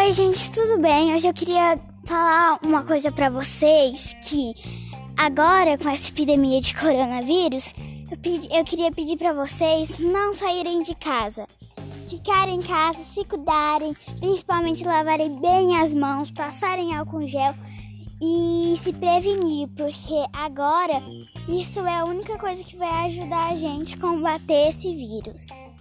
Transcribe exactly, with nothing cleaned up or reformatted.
Oi, gente, tudo bem? Hoje eu queria falar uma coisa pra vocês, que agora, com essa epidemia de coronavírus, eu, pedi, eu queria pedir pra vocês não saírem de casa. Ficarem em casa, se cuidarem, principalmente lavarem bem as mãos, passarem álcool gel e se prevenir, porque agora isso é a única coisa que vai ajudar a gente a combater esse vírus.